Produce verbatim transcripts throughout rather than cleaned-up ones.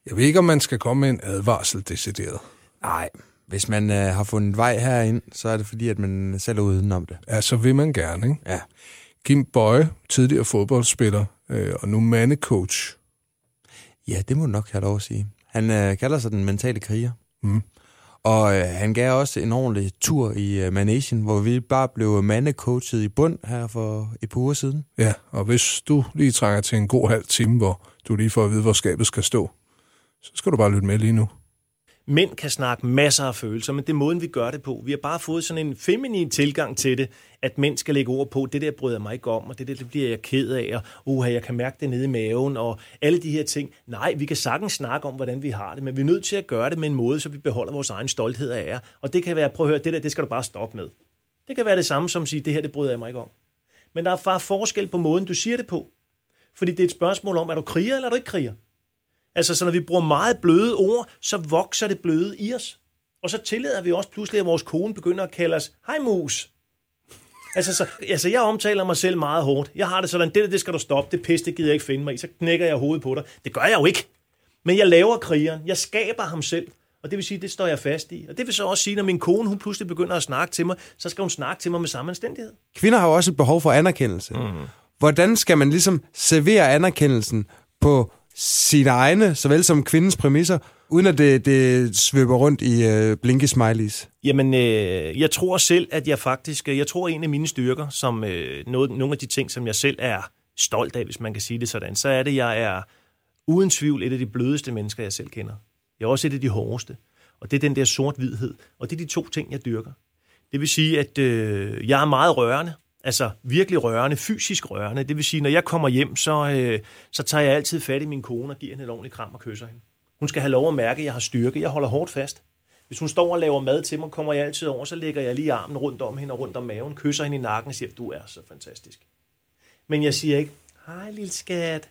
Jeg ved ikke, om man skal komme med en advarsel decideret. Nej, hvis man øh, har fundet vej herind, så er det fordi, at man selv er udenom det. Ja, så vil man gerne, ikke? Ja. Kim Boye, tidligere fodboldspiller, øh, og nu mandecoach. Ja, det må du nok have lov at sige. Han øh, kalder sig den mentale kriger. Mm. Og øh, han gav også en ordentlig tur i øh, Managen, hvor vi bare blev mandecoachet i bund her for et par uger siden. Ja, og hvis du lige trænger til en god halv time, hvor du lige får at vide, hvor skabet skal stå, så skal du bare lytte med lige nu. Mænd kan snakke masser af følelser, men det er måden, vi gør det på. Vi har bare fået sådan en feminin tilgang til det, at mænd skal lægge ord på, det der bryder jeg mig ikke om, og det der det bliver jeg ked af, og uha, jeg kan mærke det nede i maven, og alle de her ting. Nej, vi kan sagtens snakke om, hvordan vi har det, men vi er nødt til at gøre det med en måde, så vi beholder vores egen stolthed af ære. Og det kan være, prøv at høre, det der, det skal du bare stoppe med. Det kan være det samme som at sige, det her, det bryder jeg mig ikke om. Men der er bare forskel på måden, du siger det på. Fordi det er et spørgsmål om, er du kriger, eller er du ikke kriger? Altså, så når vi bruger meget bløde ord, så vokser det bløde i os. Og så tillader vi også pludselig, at vores kone begynder at kalde os, hej mus. Altså, så, altså, jeg omtaler mig selv meget hårdt. Jeg har det sådan, det der, det skal du stoppe, det pisse, det gider jeg ikke finde mig i. Så knækker jeg hovedet på dig. Det gør jeg jo ikke. Men jeg laver krigeren. Jeg skaber ham selv. Og det vil sige, det står jeg fast i. Og det vil så også sige, når min kone, hun pludselig begynder at snakke til mig, så skal hun snakke til mig med samme anstændighed. Kvinder har jo også et behov for anerkendelse. Mm. Hvordan skal man ligesom servere anerkendelsen på sine egne, såvel som kvindens præmisser, uden at det, det svøber rundt i øh, blinke-smileys? Jamen, øh, jeg tror selv, at jeg faktisk, jeg tror en af mine styrker, som øh, noget, nogle af de ting, som jeg selv er stolt af, hvis man kan sige det sådan, så er det, jeg er uden tvivl et af de blødeste mennesker, jeg selv kender. Jeg er også et af de hårdeste. Og det er den der sort-hvidhed. Og det er de to ting, jeg dyrker. Det vil sige, at øh, jeg er meget rørende. Altså virkelig rørende, fysisk rørende. Det vil sige, når jeg kommer hjem, så, øh, så tager jeg altid fat i min kone og giver hende et ordentligt kram og kysser hende. Hun skal have lov at mærke, at jeg har styrke. Jeg holder hårdt fast. Hvis hun står og laver mad til mig, kommer jeg altid over, så lægger jeg lige armen rundt om hende og rundt om maven, kysser hende i nakken og siger, du er så fantastisk. Men jeg siger ikke, hej lille skat.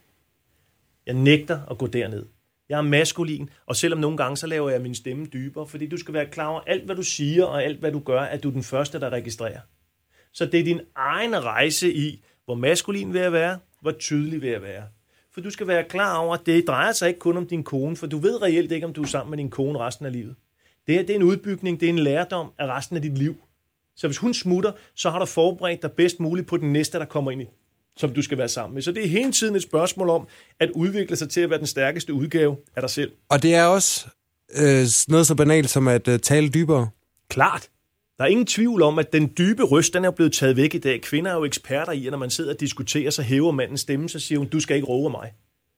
Jeg nægter at gå derned. Jeg er maskulin, og selvom nogle gange, så laver jeg min stemme dybere, fordi du skal være klar over, alt hvad du siger og alt hvad du gør, at du er den første, der registrerer. Så det er din egen rejse i, hvor maskulin vil jeg være, hvor tydelig vil jeg være. For du skal være klar over, at det drejer sig ikke kun om din kone, for du ved reelt ikke, om du er sammen med din kone resten af livet. Det her, det er en udbygning, det er en lærdom af resten af dit liv. Så hvis hun smutter, så har du forberedt dig bedst muligt på den næste, der kommer ind i, som du skal være sammen med. Så det er hele tiden et spørgsmål om, at udvikle sig til at være den stærkeste udgave af dig selv. Og det er også øh, noget så banalt som at øh, tale dybere. Klart. Der er ingen tvivl om, at den dybe røst, den er blevet taget væk i dag. Kvinder er jo eksperter i, at når man sidder og diskuterer, så hæver mandens stemme, så siger hun, du skal ikke råbe mig.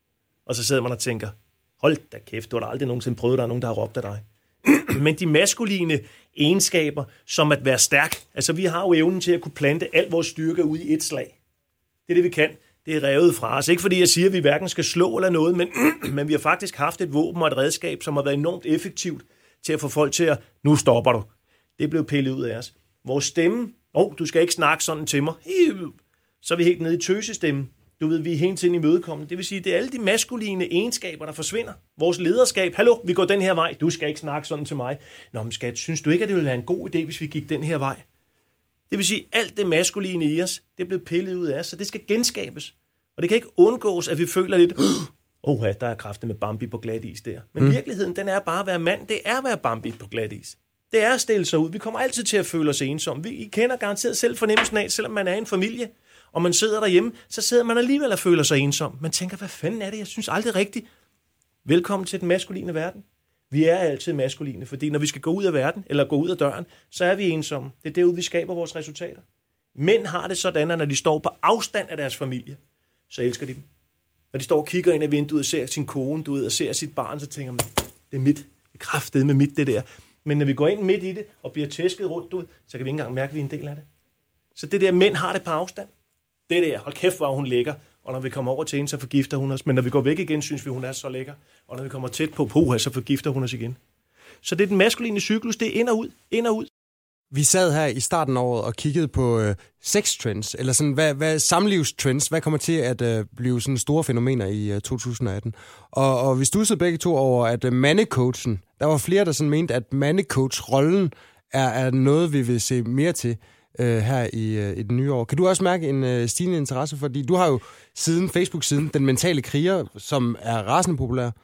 Og så sidder man og tænker, hold da kæft, du har da aldrig nogensinde prøvet, der er nogen, der har råbt af dig. Men de maskuline egenskaber, som at være stærk, altså vi har jo evnen til at kunne plante al vores styrke ud i et slag. Det er det, vi kan. Det er revet fra os. Ikke fordi jeg siger, at vi hverken skal slå eller noget, men, men vi har faktisk haft et våben og et redskab, som har været enormt effektivt til at få folk til at, nu stopper du. Det blev pillet ud af os. Vores stemme, åh, oh, du skal ikke snakke sådan til mig. Så er vi helt nede i tøsestemmen. Du ved, vi er hele tiden imødekommende. Det vil sige, det er alle de maskuline egenskaber, der forsvinder. Vores lederskab, hallo, vi går den her vej. Du skal ikke snakke sådan til mig. Nå, men skat, synes du ikke, at det ville være en god idé, hvis vi gik den her vej? Det vil sige, alt det maskuline i os, det blev pillet ud af os, så det skal genskabes. Og det kan ikke undgås, at vi føler lidt, åh, oh, der er kraften med Bambi på glat is der. Men mm. virkeligheden, den er bare at være mand. Det er at være Bambi på glat is. Det er at stille sig ud. Vi kommer altid til at føle os ensomme. Vi I kender garanteret selv fornemmelsen af, selvom man er en familie, og man sidder derhjemme, så sidder man alligevel og føler sig ensom. Man tænker, hvad fanden er det? Jeg synes aldrig rigtigt. Velkommen til den maskuline verden. Vi er altid maskuline, fordi når vi skal gå ud af verden, eller gå ud af døren, så er vi ensomme. Det er derude, vi skaber vores resultater. Mænd har det sådan, at når de står på afstand af deres familie, så elsker de dem. Når de står og kigger ind ad vinduet og ser sin kone, du ved, og ser sit barn, så tænker man, det er mit. Det er kraftedeme med mit, det der. Men når vi går ind midt i det, og bliver tæsket rundt ud, så kan vi ikke engang mærke, at vi er en del af det. Så det der, mænd har det på afstand. Det der, hold kæft, hvor hun lækker. Og når vi kommer over til hende, så forgifter hun os. Men når vi går væk igen, synes vi, hun er så lækker. Og når vi kommer tæt på poha, så forgifter hun os igen. Så det er den maskuline cyklus, det er ind og ud, ind og ud. Vi sad her i starten af året og kiggede på øh, sex-trends, eller sådan, hvad, hvad samlivstrends, hvad kommer til at øh, blive sådan store fænomener i øh, to tusind atten. Og, og vi studsede begge to over, at øh, mandecoachen, der var flere, der sådan mente, at mandecoach-rollen er, er noget, vi vil se mere til øh, her i, øh, i det nye år. Kan du også mærke en øh, stigende interesse? Fordi du har jo siden Facebook-siden Den Mentale Kriger, som er rasende populær.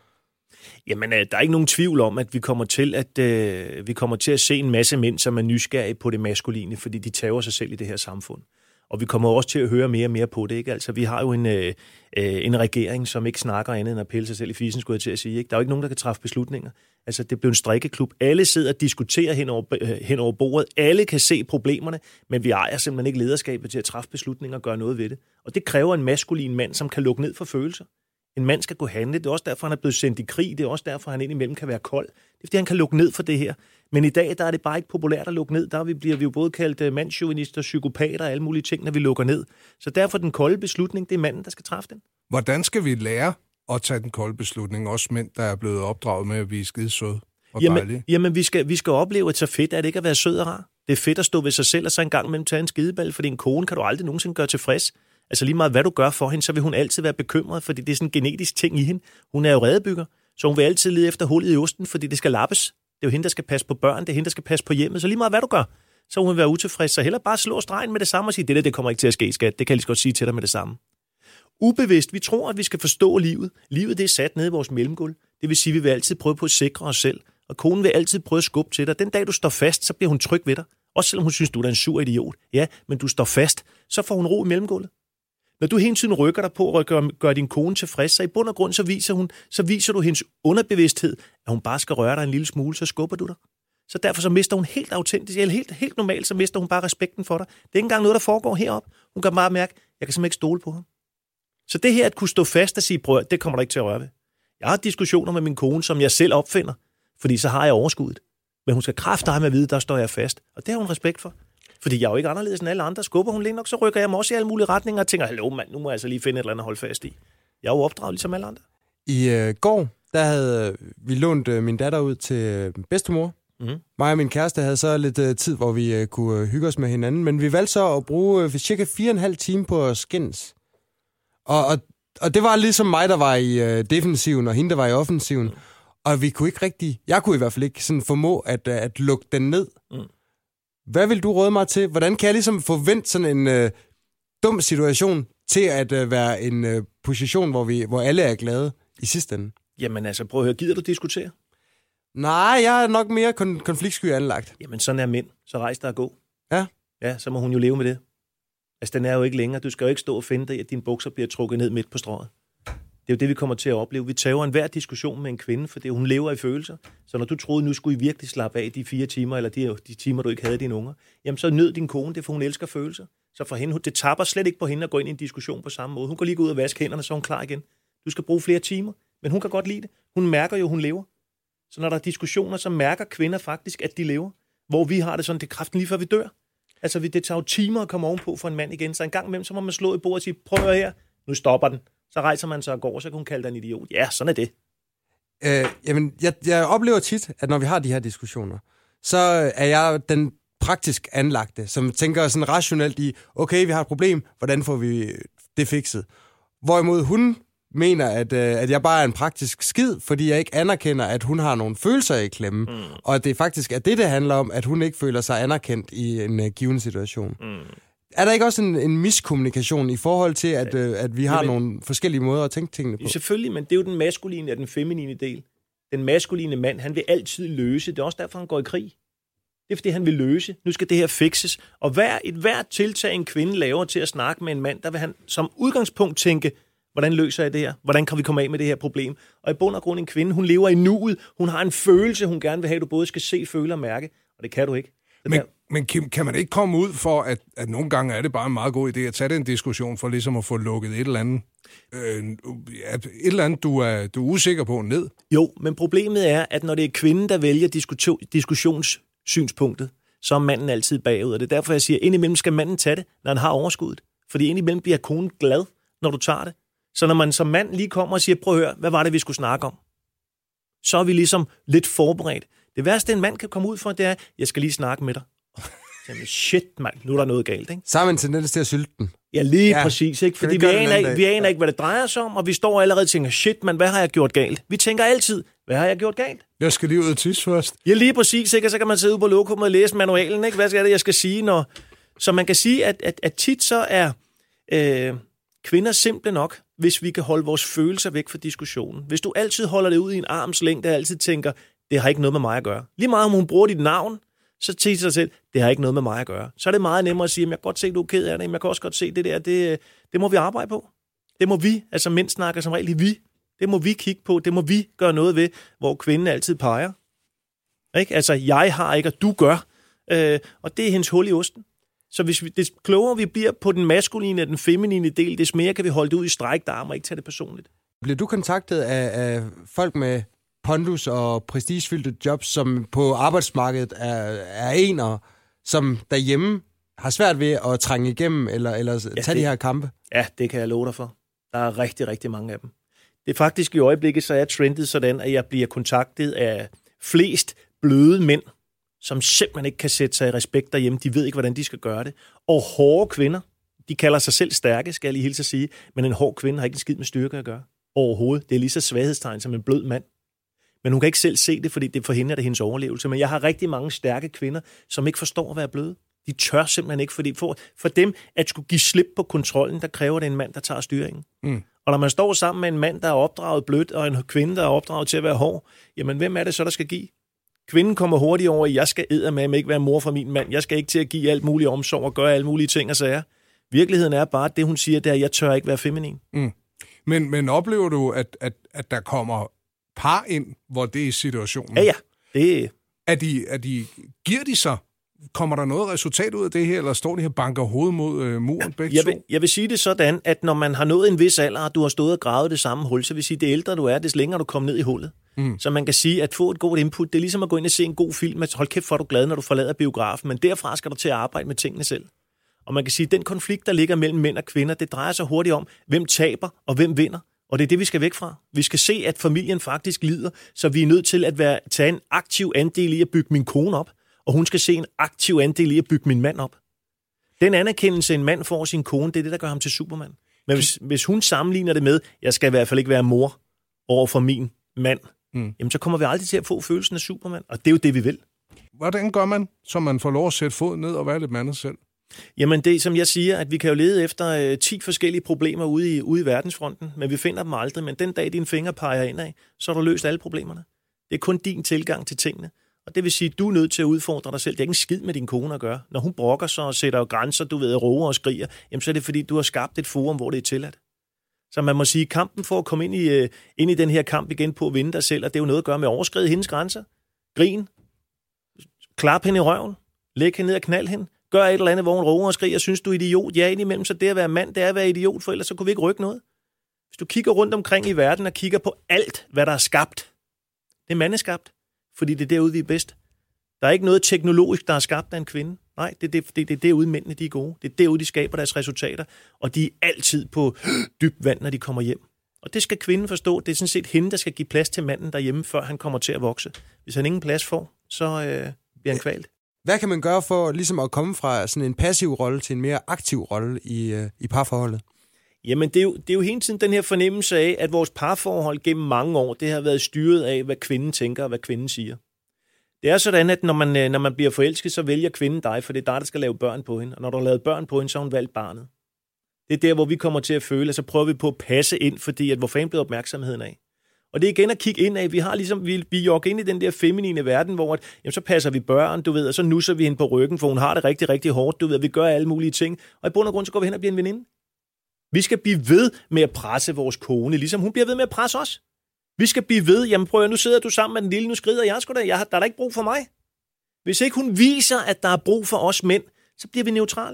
Jamen, der er ikke nogen tvivl om, at vi kommer til at, øh, vi kommer til at se en masse mænd, som er nysgerrige på det maskuline, fordi de tager sig selv i det her samfund. Og vi kommer også til at høre mere og mere på det, ikke? Altså, vi har jo en, øh, en regering, som ikke snakker andet end at pille sig selv i fisen, skulle jeg til at sige, ikke? Der er jo ikke nogen, der kan træffe beslutninger. Altså, det bliver en strikkeklub. Alle sidder og diskuterer hen over, øh, hen over bordet. Alle kan se problemerne, men vi ejer simpelthen ikke lederskabet til at træffe beslutninger og gøre noget ved det. Og det kræver en maskulin mand, som kan lukke ned for følelser. En mand skal gå handle. Det er også derfor, han er blevet sendt i krig. Det er også derfor, han indimellem kan være kold. Det er fordi, han kan lukke ned for det her. Men i dag, der er det bare ikke populært at lukke ned. Der bliver vi jo både kaldt mandschauvinister, psykopater og alle mulige ting, når vi lukker ned. Så derfor den kolde beslutning, det er manden, der skal træffe den. Hvordan skal vi lære at tage den kolde beslutning? Også mænd, der er blevet opdraget med at blive skidesøde og jamen, dejlige. Jamen, vi skal, vi skal opleve, at så fedt er det ikke at være sød og rar. Det er fedt at stå ved sig selv og så en gang imellem tage en skideball, fordi en kone kan du aldrig nogensinde gøre tilfreds. Altså lige meget, hvad du gør for hende, så vil hun altid være bekymret, fordi det er sådan en genetisk ting i hende. Hun er jo redebygger, så hun vil altid lede efter hullet i osten, fordi det skal lappes. Det er jo hende, der skal passe på børn, det er hende, der skal passe på hjemmet. Så lige meget, hvad du gør, så hun vil være utilfreds. Så heller bare slå stregen med det samme og sige, det der, det kommer ikke til at ske, skat. Det kan jeg lige så godt sige til dig med det samme. Ubevidst, vi tror, at vi skal forstå livet. Livet, det er sat nede i vores mellemgulv. Det vil sige, at vi vil altid prøve på at sikre os selv. Og konen vil altid prøve at skubbe til dig. Den dag, du står fast, så bliver hun tryg ved dig. Også selvom hun synes, du er en sur idiot. Ja, men du står fast, så får hun ro i mellemgulvet. Når du hele tiden rykker dig på og gør, gør din kone tilfreds, så i bund og grund, så viser, hun, så viser du hendes underbevidsthed, at hun bare skal røre dig en lille smule, så skubber du dig. Så derfor så mister hun helt autentisk, eller helt, helt normalt, så mister hun bare respekten for dig. Det er ikke engang noget, der foregår heroppe. Hun kan bare mærke, jeg kan simpelthen ikke stole på ham. Så det her at kunne stå fast og sige, prøv, det kommer der ikke til at røre ved. Jeg har diskussioner med min kone, som jeg selv opfinder, fordi så har jeg overskuddet. Men hun skal kraftedeme med at vide, der står jeg fast. Og det har hun respekt for. Fordi jeg er jo ikke anderledes end alle andre. Skubber hun lige nok, så rykker jeg mig også i alle mulige retninger og tænker, hallo mand, nu må jeg altså lige finde et eller andet at holde fast i. Jeg er jo opdraget ligesom alle andre. I øh, går, der havde vi lånt øh, min datter ud til øh, bedstemor. Mm-hmm. Mig og min kæreste havde så lidt øh, tid, hvor vi øh, kunne øh, hygge os med hinanden. Men vi valgte så at bruge øh, cirka fire og en halv time på at skændes. Og, og, og det var ligesom mig, der var i øh, defensiven, og hende, der var i offensiven. Mm. Og vi kunne ikke rigtig, jeg kunne i hvert fald ikke sådan formå at, at lukke den ned. Mm. Hvad vil du råde mig til? Hvordan kan jeg ligesom forvente sådan en øh, dum situation til at øh, være en øh, position, hvor, vi, hvor alle er glade i sidste ende? Jamen altså, prøv at høre, gider du diskutere? Nej, jeg er nok mere kon- konfliktsky anlagt. Jamen sådan er mænd, så rejs dig og gå. Ja. Ja, så må hun jo leve med det. Altså den er jo ikke længere, du skal jo ikke stå og finde dig, at dine bukser bliver trukket ned midt på strået. Det er jo det, vi kommer til at opleve. Vi tager en hver diskussion med en kvinde, fordi hun lever i følelser. Så når du troede, nu skulle I virkelig slappe af de fire timer, eller de, de timer, du ikke havde dine unger, jamen så nød din kone det, for hun elsker følelser. Så for hende, det tapper slet ikke på hende at gå ind i en diskussion på samme måde. Hun kan lige gå ud og vaske hænderne, så er hun klar igen. Du skal bruge flere timer, men hun kan godt lide det. Hun mærker jo, hun lever. Så når der er diskussioner, så mærker kvinder faktisk, at de lever. Hvor vi har det sådan, det er kraften lige før vi dør. Altså det tager jo timer at komme ovenpå for en mand igen, så en gang imellem, så må man slå i bordet og sige, prøv her, nu stopper den. Så rejser man sig og går, så kan hun kalde dig en idiot. Ja, sådan er det. Øh, jamen, jeg, jeg oplever tit, at når vi har de her diskussioner, så er jeg den praktisk anlagte, som tænker sådan rationelt i, okay, vi har et problem, hvordan får vi det fikset? Hvorimod hun mener, at, at jeg bare er en praktisk skid, fordi jeg ikke anerkender, at hun har nogle følelser i klemme, mm. og at det faktisk er det, det handler om, at hun ikke føler sig anerkendt i en uh, given situation. Mm. Er der ikke også en, en miskommunikation i forhold til, at, øh, at vi har Jamen, nogle forskellige måder at tænke tingene på? Selvfølgelig, men det er jo den maskuline og den feminine del. Den maskuline mand, han vil altid løse. Det er også derfor, han går i krig. Det er fordi, han vil løse. Nu skal det her fikses. Og hver, et hvert tiltag, en kvinde laver til at snakke med en mand, der vil han som udgangspunkt tænke, hvordan løser jeg det her? Hvordan kan vi komme af med det her problem? Og i bund og grund en kvinde, hun lever i nuet. Hun har en følelse, hun gerne vil have, du både skal se, føle og mærke. Og det kan du ikke. Men, men Kim, kan man ikke komme ud for, at, at nogle gange er det bare en meget god idé at tage den diskussion for ligesom at få lukket et eller andet, øh, et eller andet du er, du er usikker på ned? Jo, men problemet er, at når det er kvinden, der vælger diskussion, diskussionssynspunktet, så er manden altid bagud. Og det er derfor, jeg siger, at indimellem skal manden tage det, når han har overskuddet. Fordi indimellem bliver konen glad, når du tager det. Så når man som mand lige kommer og siger, prøv at høre, hvad var det, vi skulle snakke om? Så er vi ligesom lidt forberedt. Det værste, en mand kan komme ud for, det er, jeg skal lige snakke med dig. Jamen, shit, mand, nu er der noget galt, ikke? Så har man tendens til at sylte den. Ja, lige ja. Præcis, ikke? Fordi vi, vi, aner ikke, vi aner ikke, hvad det drejer sig om, og vi står allerede og tænker, shit, man, hvad har jeg gjort galt? Vi tænker altid, hvad har jeg gjort galt? Jeg skal lige ud og tisse først. Ja, lige præcis, ikke? Så kan man sidde ude på lokummet og læse manualen, ikke? Hvad er det, jeg skal sige, når... Så man kan sige, at, at, at tit så er... Øh, kvinder simple nok, hvis vi kan holde vores følelser væk fra diskussionen. Hvis du altid holder det ud i en armslængde, og altid tænker, det har ikke noget med mig at gøre. Lige meget om hun bruger dit navn, så til sig selv, det har ikke noget med mig at gøre. Så er det meget nemmere at sige, jeg kan godt se, du er ked af det, men jeg kan også godt se det der, det, det må vi arbejde på. Det må vi, altså mænd snakker som regel i vi, det må vi kigge på, det må vi gøre noget ved, hvor kvinden altid peger. Ikke? Altså, jeg har ikke, og du gør, øh, og det er hendes hul i osten. Så hvis vi, det klogere vi bliver på den maskuline og den feminine del, des mere kan vi holde det ud i strækte arme og ikke tage det personligt. Bliver du kontaktet af, af folk med pondus og prestigefyldte jobs, som på arbejdsmarkedet er, er ener, som derhjemme har svært ved at trænge igennem eller, eller tage ja, det, de her kampe? Ja, det kan jeg love dig for. Der er rigtig, rigtig mange af dem. Det er faktisk i øjeblikket, så er trendet sådan, at jeg bliver kontaktet af flest bløde mænd, som simpelthen ikke kan sætte sig i respekt derhjemme. De ved ikke, hvordan de skal gøre det. Og hårde kvinder, de kalder sig selv stærke, skal jeg lige hilse at sige, men en hård kvinde har ikke en skid med styrke at gøre. Overhovedet. Det er lige så svaghedstegn som en blød mand. Men hun kan ikke selv se det, fordi det forhindrer det hendes overlevelse. Men jeg har rigtig mange stærke kvinder, som ikke forstår at være bløde. De tør simpelthen ikke, fordi for, for dem at skulle give slip på kontrollen, der kræver det en mand, der tager styringen. Mm. Og når man står sammen med en mand, der er opdraget blødt, og en kvinde, der er opdraget til at være hård, jamen hvem er det så, der skal give? Kvinden kommer hurtigt over, at jeg skal eddermame ikke være mor for min mand. Jeg skal ikke til at give alt muligt omsorg og gøre alle mulige ting og sager. Virkeligheden er bare, at det hun siger, det er, at jeg tør ikke være feminin. Mm. Men, men oplever du, at, at, at der kommer par ind, hvor det er situationen? Ja, ja. Det... Er de, er de, giver de sig? Kommer der noget resultat ud af det her, eller står de her banker hovedet mod øh, muren begge jeg to? vil, jeg vil sige det sådan, at når man har nået en vis alder, og du har stået og gravet det samme hul, så vil sige, at det ældre du er, des længere du kommer ned i hullet. Mm. Så man kan sige, at få et godt input, det er ligesom at gå ind og se en god film, at hold kæft, for du glad, når du forlader biografen, men derfra skal du til at arbejde med tingene selv. Og man kan sige, at den konflikt, der ligger mellem mænd og kvinder, det drejer sig hurtigt om, hvem taber og hvem vinder. Og det er det, vi skal væk fra. Vi skal se, at familien faktisk lider, så vi er nødt til at være, tage en aktiv andel i at bygge min kone op, og hun skal se en aktiv andel i at bygge min mand op. Den anerkendelse, en mand får sin kone, det er det, der gør ham til Superman. Men hvis, hvis hun sammenligner det med, jeg skal i hvert fald ikke være mor over for min mand, mm. jamen så kommer vi aldrig til at få følelsen af Superman, og det er jo det, vi vil. Hvordan gør man, så man får lov at sætte fod ned og være lidt mandet selv? Jamen det, som jeg siger, at vi kan jo lede efter øh, ti forskellige problemer ude i, ude i verdensfronten, men vi finder dem aldrig. Men den dag, din finger peger indad, så har du løst alle problemerne. Det er kun din tilgang til tingene. Og det vil sige, at du er nødt til at udfordre dig selv. Det er ikke en skid med din kone at gøre. Når hun brokker sig og sætter grænser, du ved, råber og skriger, jamen så er det fordi, du har skabt et forum, hvor det er tilladt. Så man må sige, kampen for at komme ind i, ind i den her kamp igen på at vinde dig selv, og det er jo noget at gøre med at overskride hendes grænser. Grin. Klap hende i røven. Læg hende ned og knald hende. Gør et eller andet, hvor hun råber og skriger, synes du er idiot? Ja, indimellem, så det at være mand, det er at være idiot, for ellers så kunne vi ikke rykke noget. Hvis du kigger rundt omkring i verden og kigger på alt, hvad der er skabt, det er mandeskabt, fordi det er derude, vi er bedst. Der er ikke noget teknologisk, der er skabt af en kvinde. Nej, det er det, det, det derude, mændene de er gode. Det er derude, de skaber deres resultater, og de er altid på dybt vand, når de kommer hjem. Og det skal kvinden forstå. Det er sådan set hende, der skal give plads til manden derhjemme, før han kommer til at vokse. Hvis han ingen plads får, så øh, bliver han kvalt. Hvad kan man gøre for ligesom at komme fra sådan en passiv rolle til en mere aktiv rolle i, øh, i parforholdet? Jamen, det er, jo, det er jo hele tiden den her fornemmelse af, at vores parforhold gennem mange år, det har været styret af, hvad kvinden tænker og hvad kvinden siger. Det er sådan, at når man, når man bliver forelsket, så vælger kvinden dig, for det er dig, der skal lave børn på hende. Og når du har lavet børn på hende, så har hun valgt barnet. Det er der, hvor vi kommer til at føle, at så prøver vi på at passe ind, fordi at hvor fanden bliver opmærksomheden af. Og det er igen at kigge ind af. Vi har ligesom, vi, vi jogger ind i den der feminine verden, hvor at, jamen, så passer vi børn, du ved, og så nusser vi hende på ryggen, for hun har det rigtig, rigtig hårdt, du ved, vi gør alle mulige ting. Og i bund og grund, så går vi hen og bliver en veninde. Vi skal blive ved med at presse vores kone, ligesom hun bliver ved med at presse os. Vi skal blive ved, jamen prøv at nu sidder du sammen med den lille, nu skrider jeg sgu da, jeg har, der er der ikke brug for mig. Hvis ikke hun viser, at der er brug for os mænd, så bliver vi neutrale.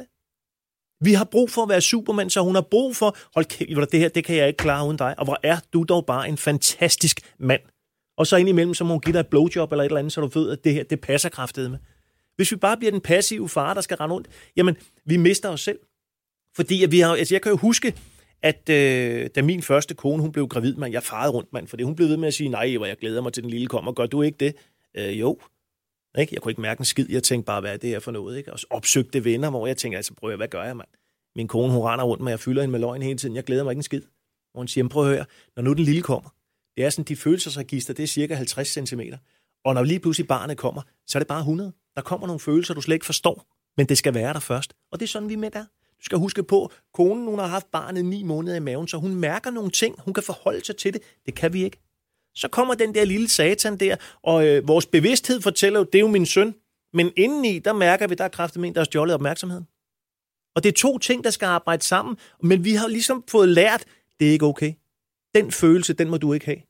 Vi har brug for at være Superman, så hun har brug for, hold kæft, det her, det kan jeg ikke klare uden dig. Og hvor er du dog bare en fantastisk mand. Og så indimellem, så må hun give dig et blowjob eller et eller andet, så du ved, at det her, det passer kraftedet med. Hvis vi bare bliver den passive far, der skal rende rundt, jamen, vi mister os selv. Fordi at vi har, altså jeg kan jo huske, at øh, da min første kone, hun blev gravid, man, jeg farede rundt, mand, fordi hun blev ved med at sige, nej, hvor jeg glæder mig til den lille kommer, gør du ikke det? Øh, jo. Ikke? Jeg kunne ikke mærke en skid, jeg tænkte bare, hvad er det her for noget? Ikke? Og så opsøgte venner, hvor jeg tænkte, altså prøv at hvad gør jeg, mand? Min kone, hun render rundt med, jeg fylder hende med løgn hele tiden, jeg glæder mig ikke en skid. Og hun siger, prøv at høre, når nu den lille kommer, det er sådan, de følelsesregister, det er cirka halvtreds centimeter. Og når lige pludselig barnet kommer, så er det bare hundrede. Der kommer nogle følelser, du slet ikke forstår, men det skal være der først. Og det er sådan, vi med der. Du skal huske på, konen hun har haft barnet ni måneder i maven, så hun mærker nogle ting. Hun kan forholde sig til det. Det kan vi ikke. Så kommer den der lille satan der, og øh, vores bevidsthed fortæller jo, det er jo min søn. Men indeni, der mærker vi, der er kraftigt men, der er stjålet opmærksomheden. Og det er to ting, der skal arbejde sammen, men vi har ligesom fået lært, det er ikke okay. Den følelse, den må du ikke have.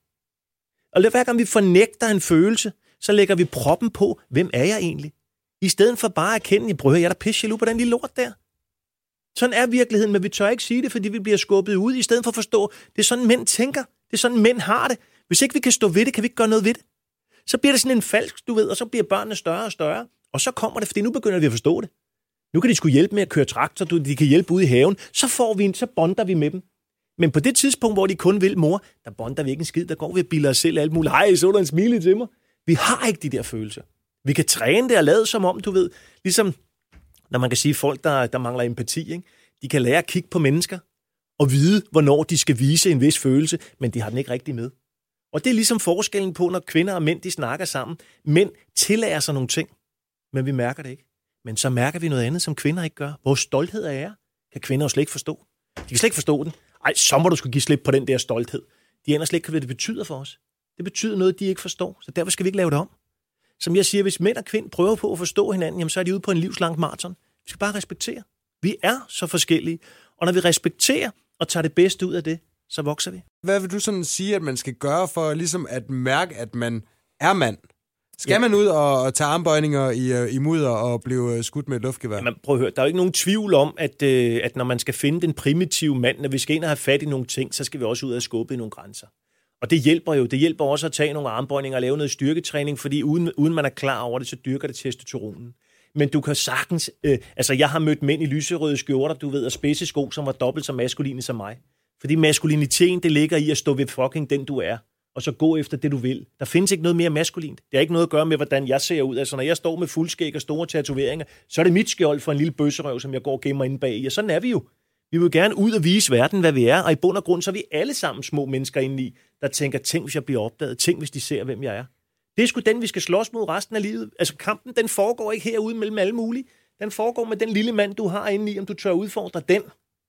Og hver gang vi fornægter en følelse, så lægger vi proppen på, hvem er jeg egentlig? I stedet for bare at erkende, jeg prøver, jeg er da pisse jaloux på den lille lort der. Sådan er virkeligheden, men vi tør ikke sige det, fordi vi bliver skubbet ud, i stedet for at forstå, det er sådan mænd tænker, det er sådan mænd har det. Hvis ikke vi kan stå ved det, kan vi ikke gøre noget ved det. Så bliver det sådan en falsk, du ved, og så bliver børnene større og større, og så kommer det, fordi nu begynder vi at forstå det. Nu kan de sgu hjælpe med at køre traktor, de kan hjælpe ude i haven, så får vi en, så bonder vi med dem. Men på det tidspunkt, hvor de kun vil mor, der bonder vi ikke en skid, der går vi og bilder os selv alt muligt. Hej, så er der en smile til mig. Vi har ikke de der følelser. Vi kan træne det og lade som om, du ved, ligesom når man kan sige folk, der, der mangler empati, ikke? De kan lære at kigge på mennesker og vide, hvornår de skal vise en vis følelse, men de har den ikke rigtig med. Og det er ligesom forskellen på, når kvinder og mænd de snakker sammen. Mænd tillærer sig nogle ting, men vi mærker det ikke. Men så mærker vi noget andet, som kvinder ikke gør. Vores stolthed af ære kan kvinder jo slet ikke forstå. De kan slet ikke forstå den. Ej, så må du skulle give slip på den der stolthed. De ender slet ikke, hvad det betyder for os. Det betyder noget, de ikke forstår, så derfor skal vi ikke lave det om. Som jeg siger, hvis mænd og kvinder prøver på at forstå hinanden, jamen så er de ude på en livslang maraton. Vi skal bare respektere. Vi er så forskellige, og når vi respekterer og tager det bedste ud af det, så vokser vi. Hvad vil du sådan sige, at man skal gøre for ligesom at mærke, at man er mand? Skal ja. man ud og, og tage armbøjninger i, i mudder og blive skudt med et luftgevær? Jamen, prøv at høre, der er jo ikke nogen tvivl om, at, øh, at når man skal finde den primitive mand, når vi skal ind og have fat i nogle ting, så skal vi også ud og skubbe i nogle grænser. Og det hjælper jo. Det hjælper også at tage nogle armbøjninger og lave noget styrketræning, fordi uden, uden man er klar over det, så dyrker det testosteronen. Men du kan sagtens... Øh, altså, jeg har mødt mænd i lyserøde skjorter, du ved, og spidse sko, som var dobbelt så maskuline som mig. Fordi maskuliniteten, det ligger i at stå ved fucking den, du er, og så gå efter det, du vil. Der findes ikke noget mere maskulint. Det har ikke noget at gøre med, hvordan jeg ser ud. Altså, når jeg står med fuldskæg og store tatoveringer, så er det mit skjold for en lille bøsserøv, som jeg går og gemmer inde bag i. Og sådan er vi jo. Vi vil gerne ud og vise verden, hvad vi er, og i bund og grund, så er vi alle sammen små mennesker indeni, der tænker, tænk, hvis jeg bliver opdaget, tænk, hvis de ser, hvem jeg er. Det er sgu den, vi skal slås mod resten af livet. Altså, kampen, den foregår ikke herude mellem alle mulige. Den foregår med den lille mand, du har indeni, om du tør udfordre den.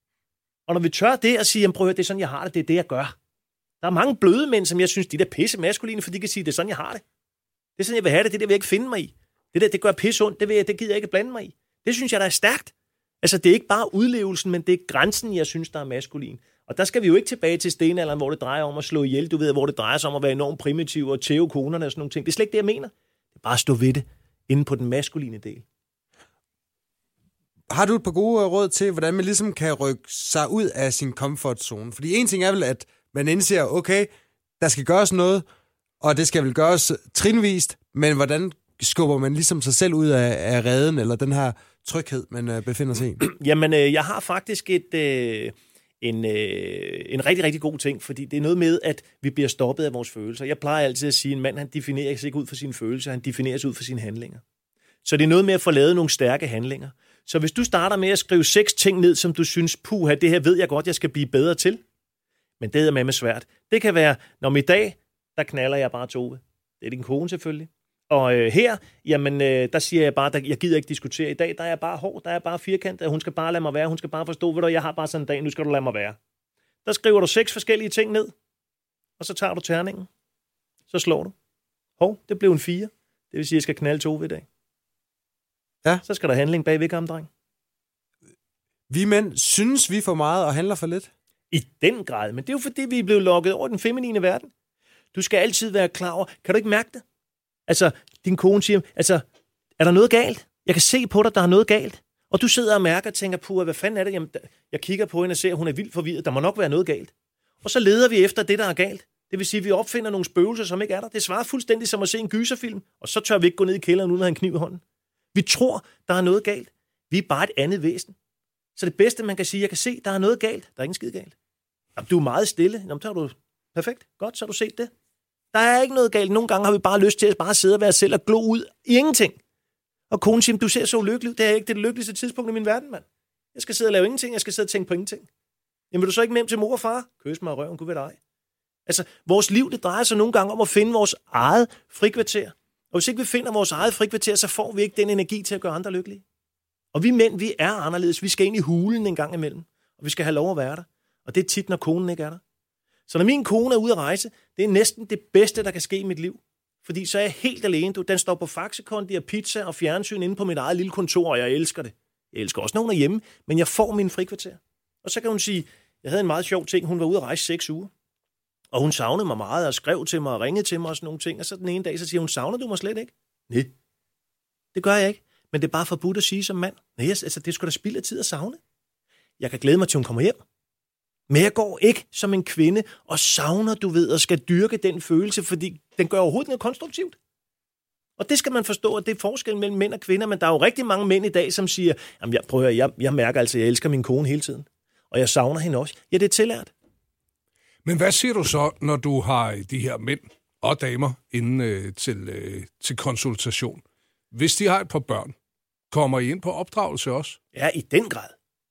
Og når vi tør det og sige, jamen, prøv at høre, det er sådan, jeg har det, det er det, jeg gør. Der er mange bløde mænd, som jeg synes, de der pisse maskuline, for de kan sige, det er sådan, jeg har det. Det er sådan, jeg vil have det, det der vil jeg ikke finde mig i. Det der, det gør pisse ondt, det, vil jeg, det gider jeg ikke blande mig i. Det synes jeg, der er stærkt. Altså, det er ikke bare udlevelsen, men det er grænsen, jeg synes, der er maskulin. Og der skal vi jo ikke tilbage til stenalderen, hvor det drejer om at slå ihjel, du ved, hvor det drejer sig om at være enormt primitiv og tæve konerne og sådan nogle ting. Det er slet ikke det, jeg mener. Det er bare at stå ved det, inde på den maskuline del. Har du et par gode råd til, hvordan man ligesom kan rykke sig ud af sin comfort zone? Fordi en ting er vel, at man indser, okay, der skal gøres noget, og det skal vel gøres trinvist, men hvordan skubber man ligesom sig selv ud af, af reden, eller den her tryghed, man øh, befinder sig i? Jamen, øh, jeg har faktisk et, øh, en, øh, en rigtig, rigtig god ting, fordi det er noget med, at vi bliver stoppet af vores følelser. Jeg plejer altid at sige, at en mand, han definerer sig ikke ud for sine følelser, han definerer sig ud for sine handlinger. Så det er noget med at få lavet nogle stærke handlinger. Så hvis du starter med at skrive seks ting ned, som du synes, puha, det her ved jeg godt, jeg skal blive bedre til, men det er med med svært. Det kan være, når i dag, der knaller jeg bare Tove. Det er din kone selvfølgelig. Og øh, her, jamen, øh, der siger jeg bare, der, jeg gider ikke diskutere i dag, der er jeg bare hård, der er jeg bare firkantet, hun skal bare lade mig være, hun skal bare forstå, ved du, jeg har bare sådan en dag, nu skal du lade mig være. Der skriver du seks forskellige ting ned, og så tager du terningen, så slår du. Hov, det blev en fire. Det vil sige, at jeg skal knalde Tove i dag. Ja. Så skal der handling bagved, gamle dreng. Vi mænd synes, vi får meget og handler for lidt. I den grad, men det er jo fordi, vi er blevet lukket over den feminine verden. Du skal altid være klar over, kan du ikke mærke det? Altså, din kone siger, altså, er der noget galt? Jeg kan se på dig, der er noget galt. Og du sidder og mærker og tænker, puh, hvad fanden er det? Jamen, jeg kigger på hende og ser, at hun er vildt forvirret. Der må nok være noget galt. Og så leder vi efter det, der er galt. Det vil sige, at vi opfinder nogle spøgelser, som ikke er der. Det svarer fuldstændig som at se en gyserfilm, og så tør vi ikke gå ned i kælderen uden at have en kniv i hånden. Vi tror, der er noget galt. Vi er bare et andet væsen. Så det bedste, man kan sige, jeg kan se, der er noget galt. Der er ingen skid galt. Jamen, du er meget stille. Jamen, så er du perfekt. Godt, så har du set det. Der er ikke noget galt. Nogle gange har vi bare lyst til at bare sidde og være selv og glo ud i ingenting. Og konen siger, du ser så ulykkelig ud. Det er ikke det lykkeligste tidspunkt i min verden, mand. Jeg skal sidde og lave ingenting. Jeg skal sidde og tænke på ingenting. Jamen, vil du så ikke med hjem til mor og far? Kys mig i røven, gud ved dig. Altså, vores liv, det drejer sig nogle gange om at finde vores eget frikvarter. Og hvis ikke vi finder vores eget frikvarter, så får vi ikke den energi til at gøre andre lykkelige. Og vi mænd, vi er anderledes. Vi skal ind i hulen en gang imellem, og vi skal have lov at være der. Og det er tit, når konen ikke er der. Så når min kone er ude at rejse, det er næsten det bedste, der kan ske i mit liv. Fordi så er jeg helt alene. Du, den står på Faxe-Kondi og pizza og fjernsyn inde på mit eget lille kontor, og jeg elsker det. Jeg elsker også nogen derhjemme, men jeg får min frikvarter. Og så kan hun sige, jeg havde en meget sjov ting. Hun var ude at rejse seks uger. Og hun savnede mig meget og skrev til mig og ringede til mig og sådan nogle ting. Og så den ene dag, så siger hun, savner du mig slet ikke? Nej, det gør jeg ikke. Men det er bare forbudt at sige som mand. Nej, altså det skulle da spilde af tid at savne. Jeg kan glæde mig til, hun kommer hjem. Men jeg går ikke som en kvinde og savner, du ved, og skal dyrke den følelse, fordi den gør overhovedet noget konstruktivt. Og det skal man forstå, at det er forskellen mellem mænd og kvinder, men der er jo rigtig mange mænd i dag, som siger, jamen jeg, prøver, jeg, jeg mærker altså, at jeg elsker min kone hele tiden, og jeg savner hende også. Ja, det er tillært. Men hvad siger du så, når du har de her mænd og damer inde øh, til, øh, til konsultation? Hvis de har et par børn, kommer I ind på opdragelse også? Ja, i den grad.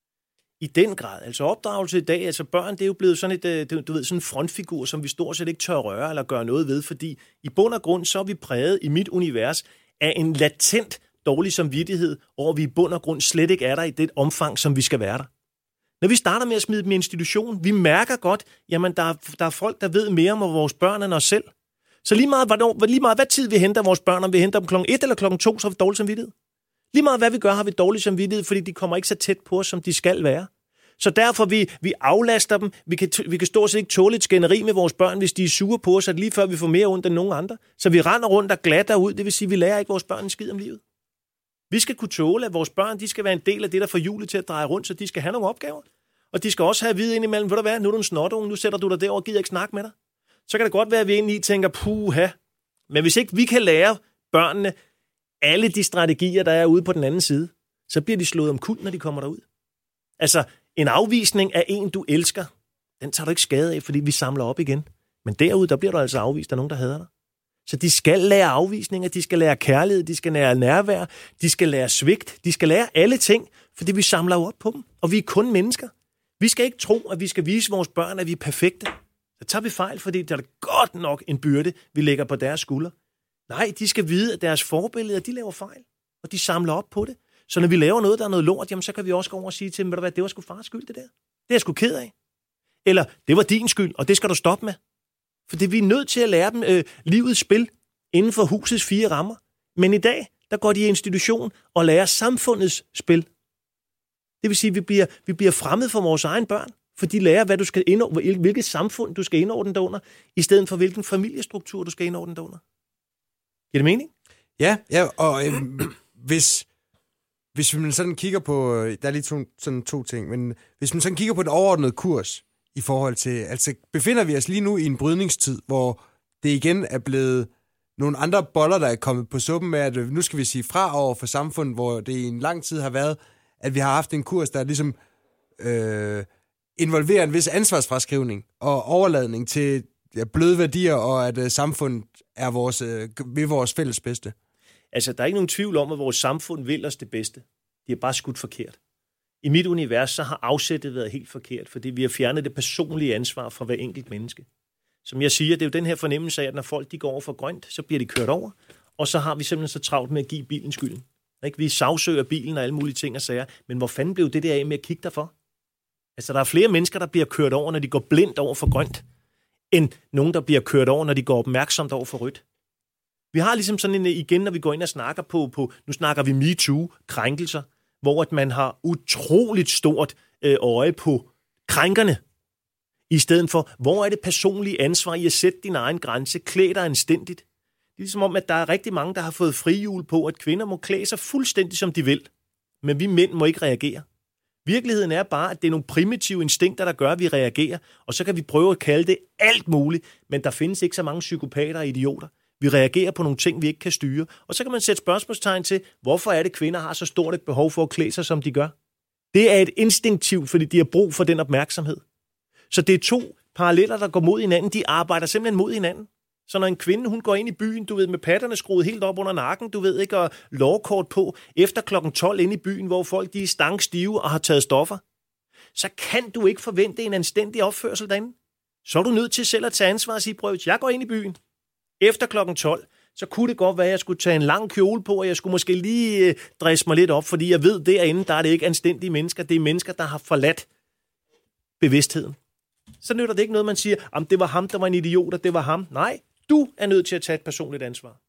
I den grad. Altså opdragelse i dag, altså børn, det er jo blevet sådan et, du ved, sådan en frontfigur, som vi stort set ikke tør røre eller gøre noget ved, fordi i bund og grund, så er vi præget i mit univers af en latent dårlig samvittighed, over vi i bund og grund slet ikke er der i det omfang, som vi skal være der. Når vi starter med at smide dem i institution, vi mærker godt, jamen der er, der er folk, der ved mere om vores børn end os selv. Så lige meget, hvad, lige meget hvad tid vi henter vores børn, om vi henter dem klokken et eller klokken to, så har vi dårlig samvittighed. Lige meget hvad vi gør, har vi dårlig samvittighed, fordi de kommer ikke så tæt på os, som de skal være. Så derfor vi, vi aflaster dem. Vi kan, vi kan stort set ikke tåle et skænderi med vores børn, hvis de er sure på os, at lige før vi får mere ondt end nogen andre. Så vi render rundt og glatter ud, det vil sige, at vi lærer ikke vores børn en skid om livet. Vi skal kunne tåle, at vores børn de skal være en del af det, der får hjulet til at dreje rundt, så de skal have nogle opgaver. Og de skal også have at vide indimellem, ved du hvad, nu er du en snotunge, nu sætter du dig derovre og gider ikke snakke med dig. Så kan det godt være, at vi egentlig tænker, puha. Men hvis ikke vi kan lære børnene alle de strategier, der er ude på den anden side, så bliver de slået omkuld, når de kommer derud. Altså, en afvisning af en, du elsker, den tager du ikke skade af, fordi vi samler op igen. Men derude, der bliver du altså afvist af nogen, der hader dig. Så de skal lære afvisninger, de skal lære kærlighed, de skal lære nærvær, de skal lære svigt, de skal lære alle ting, fordi vi samler jo op på dem, og vi er kun mennesker. Vi skal ikke tro, at vi skal vise vores børn, at vi er perfekte. Så tager vi fejl, fordi det er godt nok en byrde, vi lægger på deres skuldre. Nej, de skal vide, at deres forbilleder, de laver fejl, og de samler op på det. Så når vi laver noget, der er noget lort, jamen så kan vi også gå over og sige til dem, ved du hvad, det var sgu fars skyld, det der. Det er jeg sgu ked af. Eller, det var din skyld, og det skal du stoppe med. For det vi er nødt til at lære dem øh, livets spil inden for husets fire rammer. Men i dag, der går de i institution og lærer samfundets spil. Det vil sige, at vi bliver, vi bliver fremmed for vores egen børn, for de lærer, hvad du skal indordne, hvilket samfund du skal indordne dig under, i stedet for hvilken familiestruktur du skal indordne dig under. Giver det mening? Ja, ja og øhm, hvis... Hvis man sådan kigger på, der er lige to, sådan to ting, men hvis man sådan kigger på den overordnede kurs i forhold til, altså befinder vi os lige nu i en brydningstid, hvor det igen er blevet nogle andre boller, der er kommet på suppen med, at nu skal vi sige fra over for samfundet, hvor det i en lang tid har været, at vi har haft en kurs, der ligesom øh, involverer en vis ansvarsfraskrivning og overladning til ja, bløde værdier, og at øh, samfundet er vores, øh, ved vores fælles bedste. Altså, der er ikke nogen tvivl om, at vores samfund vil os det bedste. De er bare skudt forkert. I mit univers, så har afsættet været helt forkert, fordi vi har fjernet det personlige ansvar fra hver enkelt menneske. Som jeg siger, det er jo den her fornemmelse af, at når folk de går over for grønt, så bliver de kørt over, og så har vi simpelthen så travlt med at give bilen skylden. Ikke? Vi sagsøger bilen og alle mulige ting og sager, men hvor fanden blev det der af med at kigge derfor? Altså, der er flere mennesker, der bliver kørt over, når de går blindt over for grønt, end nogen, der bliver kørt over, når de går opmærksomt over for rødt. Vi har ligesom sådan en, igen, når vi går ind og snakker på, på nu snakker vi MeToo, krænkelser, hvor at man har utroligt stort øh, øje på krænkerne, i stedet for, hvor er det personlige ansvar i at sætte din egen grænse, klæde dig anstændigt. Det er ligesom om, at der er rigtig mange, der har fået frihjul på, at kvinder må klæde sig fuldstændig, som de vil, men vi mænd må ikke reagere. Virkeligheden er bare, at det er nogle primitive instinkter, der gør, at vi reagerer, og så kan vi prøve at kalde det alt muligt, men der findes ikke så mange psykopater og idioter. Vi reagerer på nogle ting, vi ikke kan styre. Og så kan man sætte spørgsmålstegn til, hvorfor er det, kvinder har så stort et behov for at klæde sig, som de gør. Det er et instinktivt, fordi de har brug for den opmærksomhed. Så det er to paralleller, der går mod hinanden. De arbejder simpelthen mod hinanden. Så når en kvinde, hun går ind i byen, du ved, med patterne skruet helt op under nakken, du ved ikke, og lovkort på, efter klokken tolv inde i byen, hvor folk de er stangstive og har taget stoffer, så kan du ikke forvente en anstændig opførsel derinde. Så er du nødt til selv at tage ansvar og sige, prøv, jeg går ind i byen. Efter klokken tolv, så kunne det godt være, at jeg skulle tage en lang kjole på, og jeg skulle måske lige øh, dresse mig lidt op, fordi jeg ved, derinde, der er det ikke anstændige mennesker. Det er mennesker, der har forladt bevidstheden. Så nytter det ikke noget, man siger, om det var ham, der var en idiot, og det var ham. Nej, du er nødt til at tage et personligt ansvar.